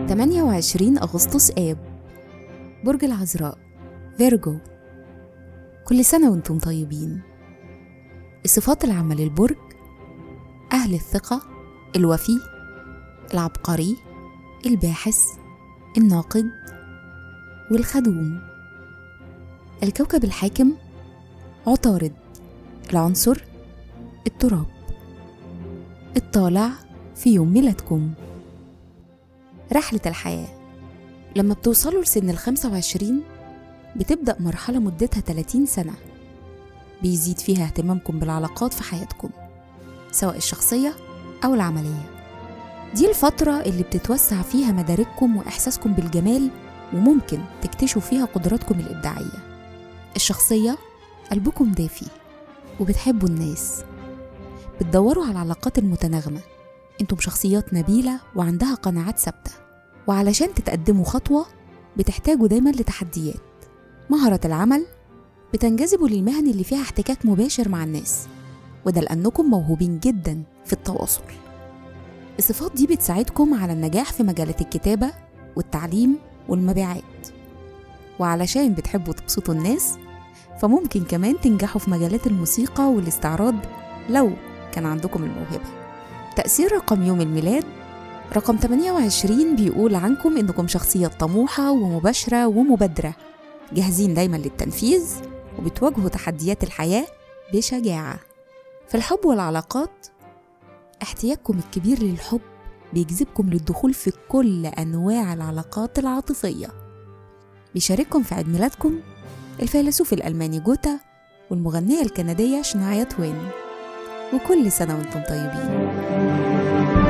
28 أغسطس آب، برج العذراء، فيرجو. كل سنة وانتم طيبين. الصفات العامة للبرج: أهل الثقة، الوفي، العبقري، الباحث، الناقد، والخدوم. الكوكب الحاكم: عطارد، العنصر التراب. الطالع في يوم ميلادكم. رحلة الحياة: لما بتوصلوا لسن 25 بتبدأ مرحلة مدتها 30 سنة بيزيد فيها اهتمامكم بالعلاقات في حياتكم، سواء الشخصية أو العملية. دي الفترة اللي بتتوسع فيها مدارككم وإحساسكم بالجمال، وممكن تكتشفوا فيها قدراتكم الإبداعية. الشخصية: قلبكم دافي وبتحبوا الناس، بتدوروا على العلاقات المتناغمة. انتم شخصيات نبيلة وعندها قناعات ثابتة، وعلشان تتقدموا خطوة بتحتاجوا دايما لتحديات. مهارة العمل: بتنجذبوا للمهن اللي فيها احتكاك مباشر مع الناس، وده لأنكم موهوبين جدا في التواصل. الصفات دي بتساعدكم على النجاح في مجالات الكتابة والتعليم والمبيعات. وعلشان بتحبوا تبسطوا الناس فممكن كمان تنجحوا في مجالات الموسيقى والاستعراض لو كان عندكم الموهبة. تأثير رقم يوم الميلاد: رقم 28 بيقول عنكم إنكم شخصية طموحة ومباشرة ومبادرة، جاهزين دايما للتنفيذ وبتواجهوا تحديات الحياة بشجاعة. في الحب والعلاقات: احتياجكم الكبير للحب بيجذبكم للدخول في كل أنواع العلاقات العاطفية. بيشارككم في عيد ميلادكم الفيلسوف الألماني جوتا والمغنية الكندية شنايا توين. وكل سنة وانتم طيبين.